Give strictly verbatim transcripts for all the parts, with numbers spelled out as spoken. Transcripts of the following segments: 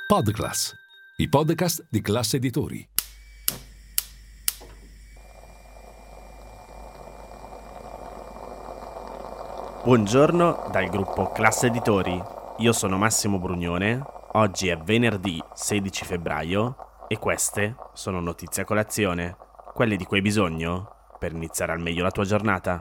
Podclass, i podcast di Classe Editori. Buongiorno dal gruppo Classe Editori. Io sono Massimo Brugnone. Oggi è venerdì sedici febbraio e queste sono notizie a colazione, quelle di cui hai bisogno per iniziare al meglio la tua giornata.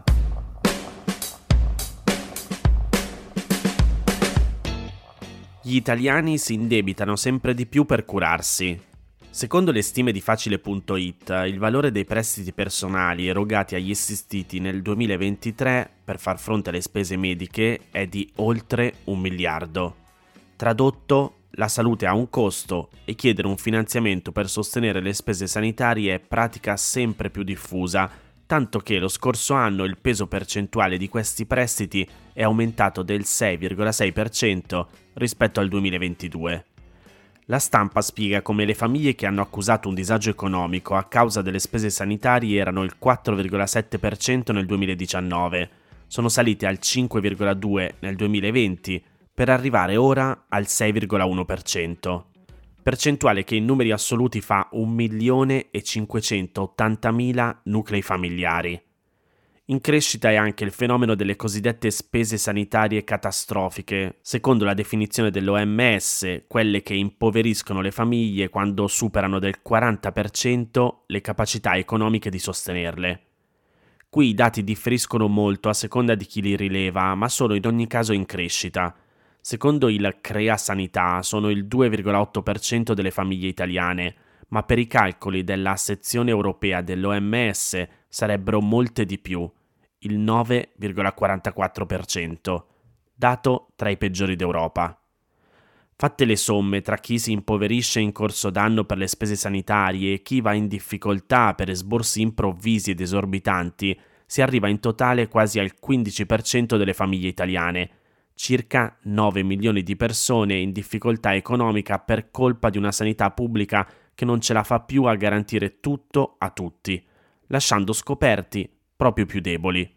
Gli italiani si indebitano sempre di più per curarsi. Secondo le stime di Facile punto it, il valore dei prestiti personali erogati agli assistiti nel duemilaventitré per far fronte alle spese mediche è di oltre un miliardo. Tradotto, la salute ha un costo e chiedere un finanziamento per sostenere le spese sanitarie è pratica sempre più diffusa, tanto che lo scorso anno il peso percentuale di questi prestiti è aumentato del sei virgola sei per cento rispetto al duemilaventidue. La stampa spiega come le famiglie che hanno accusato un disagio economico a causa delle spese sanitarie erano il quattro virgola sette per cento nel duemiladiciannove, sono salite al cinque virgola due per cento nel duemilaventi, per arrivare ora al sei virgola uno per cento. Percentuale che in numeri assoluti fa un milione e cinquecentottantamila nuclei familiari. In crescita è anche il fenomeno delle cosiddette spese sanitarie catastrofiche, secondo la definizione dell'O M S, quelle che impoveriscono le famiglie quando superano del quaranta per cento le capacità economiche di sostenerle. Qui i dati differiscono molto a seconda di chi li rileva, ma sono in ogni caso in crescita. Secondo il Crea Sanità sono il due virgola otto per cento delle famiglie italiane, ma per i calcoli della sezione europea dell'O M S sarebbero molte di più, il nove virgola quarantaquattro per cento, dato tra i peggiori d'Europa. Fatte le somme tra chi si impoverisce in corso d'anno per le spese sanitarie e chi va in difficoltà per esborsi improvvisi ed esorbitanti, si arriva in totale quasi al quindici per cento delle famiglie italiane, circa nove milioni di persone in difficoltà economica per colpa di una sanità pubblica che non ce la fa più a garantire tutto a tutti, lasciando scoperti proprio i più deboli.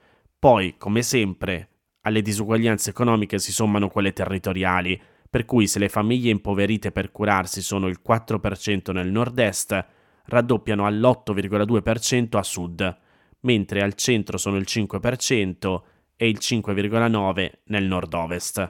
Poi, come sempre, alle disuguaglianze economiche si sommano quelle territoriali, per cui se le famiglie impoverite per curarsi sono il quattro per cento nel nord-est, raddoppiano all'otto virgola due per cento a sud, mentre al centro sono il cinque per cento e il cinque virgola nove per cento nel nord-ovest.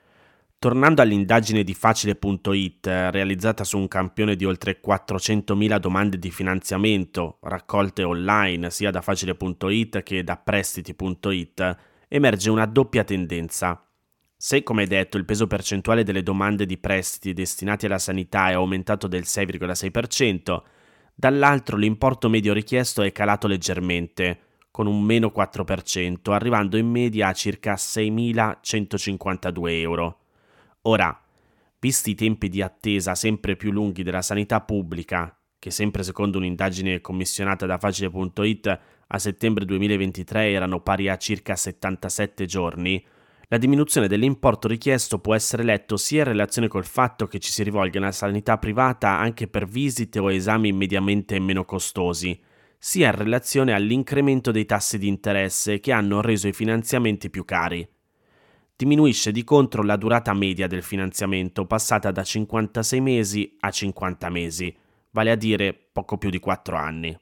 Tornando all'indagine di Facile punto it, realizzata su un campione di oltre quattrocentomila domande di finanziamento, raccolte online sia da Facile punto it che da Prestiti punto it, emerge una doppia tendenza. Se, come detto, il peso percentuale delle domande di prestiti destinati alla sanità è aumentato del sei virgola sei per cento, dall'altro l'importo medio richiesto è calato leggermente, con un meno quattro per cento, arrivando in media a circa seimilacentocinquantadue euro. Ora, visti i tempi di attesa sempre più lunghi della sanità pubblica, che sempre secondo un'indagine commissionata da Facile punto it a settembre duemilaventitré erano pari a circa settantasette giorni, la diminuzione dell'importo richiesto può essere letto sia in relazione col fatto che ci si rivolga alla sanità privata anche per visite o esami mediamente meno costosi, sia in relazione all'incremento dei tassi di interesse che hanno reso i finanziamenti più cari. Diminuisce di contro la durata media del finanziamento, passata da cinquantasei mesi a cinquanta mesi, vale a dire poco più di quattro anni.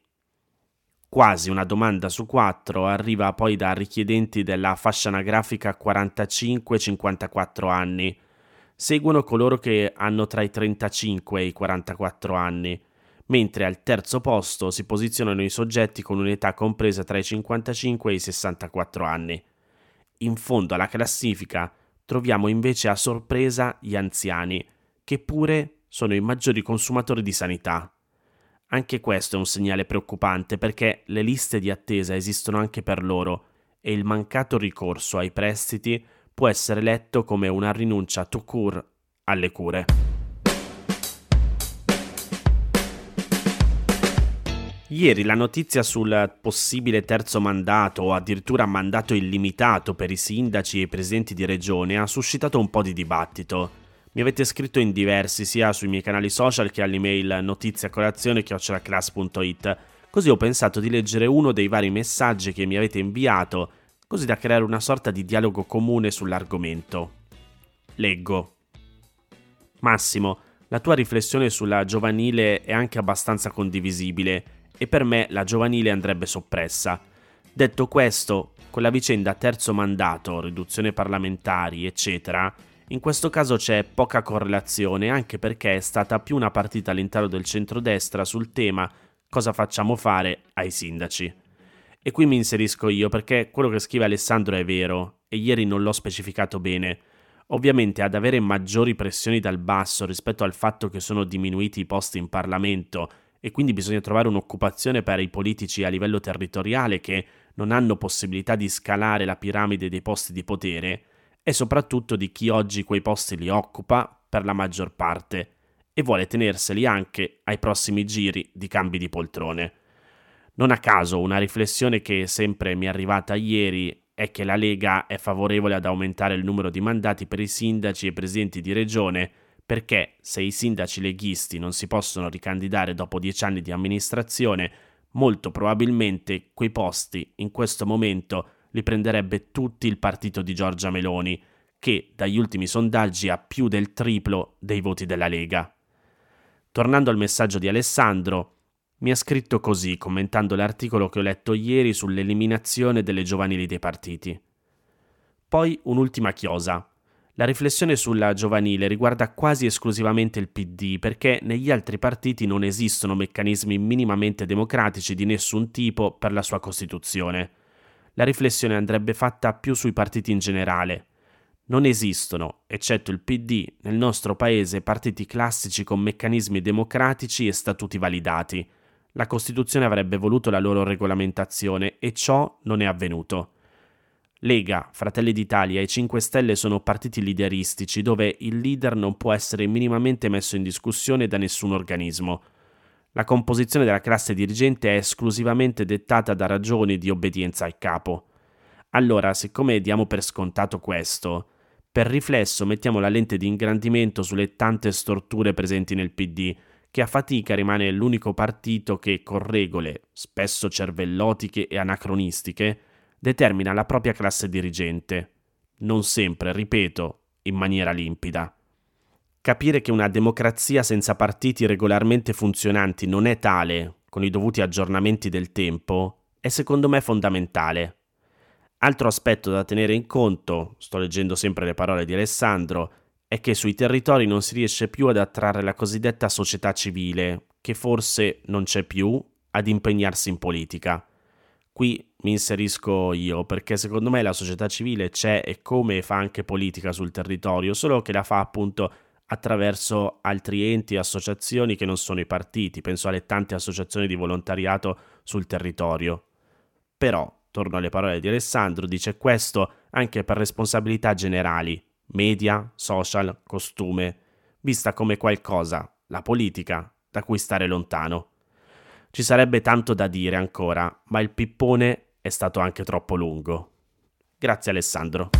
Quasi una domanda su quattro arriva poi da richiedenti della fascia anagrafica quarantacinque cinquantaquattro anni. Seguono coloro che hanno tra i trentacinque e i quarantaquattro anni, mentre al terzo posto si posizionano i soggetti con un'età compresa tra i cinquantacinque e i sessantaquattro anni. In fondo alla classifica troviamo invece a sorpresa gli anziani, che pure sono i maggiori consumatori di sanità. Anche questo è un segnale preoccupante perché le liste di attesa esistono anche per loro e il mancato ricorso ai prestiti può essere letto come una rinuncia tout court alle cure. Ieri la notizia sul possibile terzo mandato o addirittura mandato illimitato per i sindaci e i presidenti di regione ha suscitato un po' di dibattito. Mi avete scritto in diversi sia sui miei canali social che all'email notiziacolazione chiocciola class punto it, così ho pensato di leggere uno dei vari messaggi che mi avete inviato, così da creare una sorta di dialogo comune sull'argomento. Leggo. Massimo, la tua riflessione sulla giovanile è anche abbastanza condivisibile e per me la giovanile andrebbe soppressa. Detto questo, con la vicenda terzo mandato, riduzione parlamentari, eccetera, in questo caso c'è poca correlazione anche perché è stata più una partita all'interno del centrodestra sul tema cosa facciamo fare ai sindaci. E qui mi inserisco io perché quello che scrive Alessandro è vero e ieri non l'ho specificato bene. Ovviamente ad avere maggiori pressioni dal basso rispetto al fatto che sono diminuiti i posti in Parlamento e quindi bisogna trovare un'occupazione per i politici a livello territoriale che non hanno possibilità di scalare la piramide dei posti di potere e soprattutto di chi oggi quei posti li occupa per la maggior parte e vuole tenerseli anche ai prossimi giri di cambi di poltrone. Non a caso una riflessione che sempre mi è arrivata ieri è che la Lega è favorevole ad aumentare il numero di mandati per i sindaci e presidenti di regione perché se i sindaci leghisti non si possono ricandidare dopo dieci anni di amministrazione, molto probabilmente quei posti in questo momento li prenderebbe tutti il partito di Giorgia Meloni, che dagli ultimi sondaggi ha più del triplo dei voti della Lega. Tornando al messaggio di Alessandro, mi ha scritto così, commentando l'articolo che ho letto ieri sull'eliminazione delle giovanili dei partiti. Poi un'ultima chiosa. La riflessione sulla giovanile riguarda quasi esclusivamente il P D perché negli altri partiti non esistono meccanismi minimamente democratici di nessun tipo per la sua costituzione. La riflessione andrebbe fatta più sui partiti in generale. Non esistono, eccetto il P D, nel nostro paese partiti classici con meccanismi democratici e statuti validati. La Costituzione avrebbe voluto la loro regolamentazione e ciò non è avvenuto. Lega, Fratelli d'Italia e cinque Stelle sono partiti lideristici dove il leader non può essere minimamente messo in discussione da nessun organismo. La composizione della classe dirigente è esclusivamente dettata da ragioni di obbedienza al capo. Allora, siccome diamo per scontato questo, per riflesso mettiamo la lente di ingrandimento sulle tante storture presenti nel P D, che a fatica rimane l'unico partito che, con regole, spesso cervellotiche e anacronistiche, determina la propria classe dirigente. Non sempre, ripeto, in maniera limpida. Capire che una democrazia senza partiti regolarmente funzionanti non è tale, con i dovuti aggiornamenti del tempo, è secondo me fondamentale. Altro aspetto da tenere in conto, sto leggendo sempre le parole di Alessandro, è che sui territori non si riesce più ad attrarre la cosiddetta società civile, che forse non c'è più, ad impegnarsi in politica. Qui mi inserisco io, perché secondo me la società civile c'è e come fa anche politica sul territorio, solo che la fa appunto attraverso altri enti e associazioni che non sono i partiti, penso alle tante associazioni di volontariato sul territorio. Però, torno alle parole di Alessandro, dice questo anche per responsabilità generali, media, social, costume, vista come qualcosa, la politica, da cui stare lontano. Ci sarebbe tanto da dire ancora, ma il pippone è stato anche troppo lungo. Grazie Alessandro.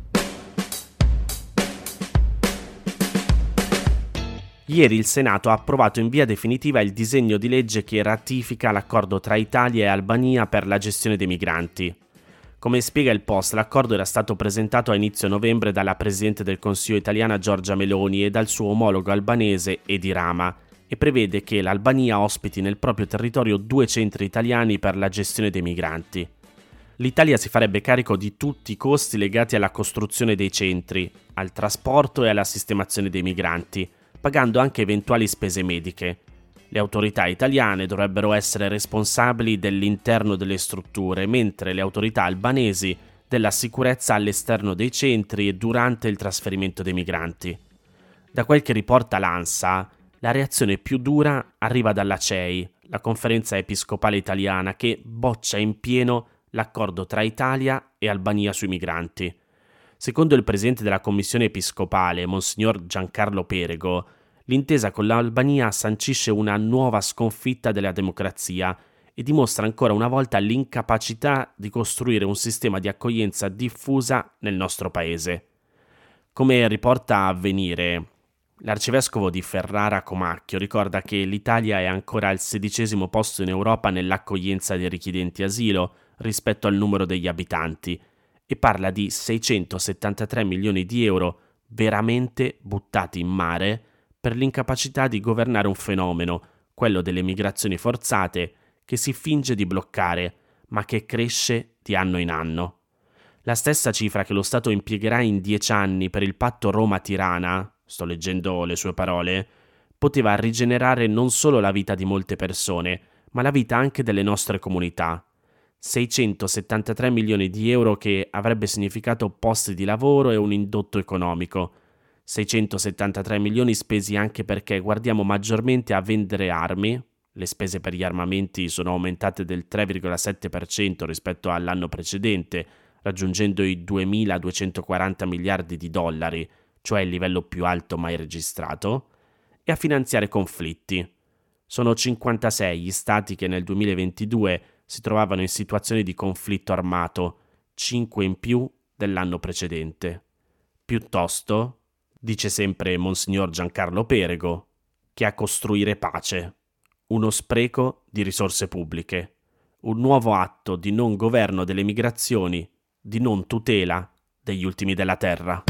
Ieri il Senato ha approvato in via definitiva il disegno di legge che ratifica l'accordo tra Italia e Albania per la gestione dei migranti. Come spiega il Post, l'accordo era stato presentato a inizio novembre dalla Presidente del Consiglio italiana Giorgia Meloni e dal suo omologo albanese Edi Rama e prevede che l'Albania ospiti nel proprio territorio due centri italiani per la gestione dei migranti. L'Italia si farebbe carico di tutti i costi legati alla costruzione dei centri, al trasporto e alla sistemazione dei migranti, pagando anche eventuali spese mediche. Le autorità italiane dovrebbero essere responsabili dell'interno delle strutture, mentre le autorità albanesi della sicurezza all'esterno dei centri e durante il trasferimento dei migranti. Da quel che riporta l'ANSA, la reazione più dura arriva dalla C E I, la Conferenza Episcopale Italiana, che boccia in pieno l'accordo tra Italia e Albania sui migranti. Secondo il presidente della Commissione Episcopale, Monsignor Giancarlo Perego, l'intesa con l'Albania sancisce una nuova sconfitta della democrazia e dimostra ancora una volta l'incapacità di costruire un sistema di accoglienza diffusa nel nostro paese. Come riporta Avvenire, l'arcivescovo di Ferrara Comacchio ricorda che l'Italia è ancora al sedicesimo posto in Europa nell'accoglienza dei richiedenti asilo rispetto al numero degli abitanti e parla di seicentosettantatré milioni di euro veramente buttati in mare per l'incapacità di governare un fenomeno, quello delle migrazioni forzate, che si finge di bloccare, ma che cresce di anno in anno. La stessa cifra che lo Stato impiegherà in dieci anni per il patto Roma-Tirana, sto leggendo le sue parole, poteva rigenerare non solo la vita di molte persone, ma la vita anche delle nostre comunità. seicentosettantatré milioni di euro che avrebbe significato posti di lavoro e un indotto economico. seicentosettantatré milioni spesi anche perché guardiamo maggiormente a vendere armi. Le spese per gli armamenti sono aumentate del tre virgola sette per cento rispetto all'anno precedente, raggiungendo i duemiladuecentoquaranta miliardi di dollari, cioè il livello più alto mai registrato, e a finanziare conflitti. Sono cinquantasei gli stati che nel duemilaventidue si trovavano in situazioni di conflitto armato, cinque in più dell'anno precedente. Piuttosto, dice sempre Monsignor Giancarlo Perego, che a costruire pace, uno spreco di risorse pubbliche, un nuovo atto di non governo delle migrazioni, di non tutela degli ultimi della terra.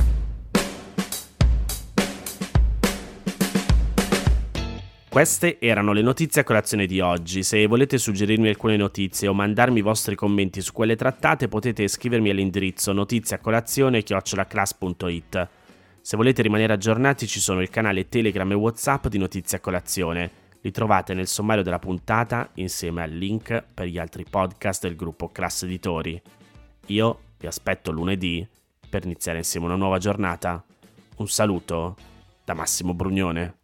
Queste erano le notizie a colazione di oggi. Se volete suggerirmi alcune notizie o mandarmi i vostri commenti su quelle trattate, potete scrivermi all'indirizzo notiziacolazione chiocciola class punto it. Se volete rimanere aggiornati ci sono il canale Telegram e WhatsApp di Notizie a Colazione. Li trovate nel sommario della puntata insieme al link per gli altri podcast del gruppo Class Editori. Io vi aspetto lunedì per iniziare insieme una nuova giornata. Un saluto da Massimo Brugnone.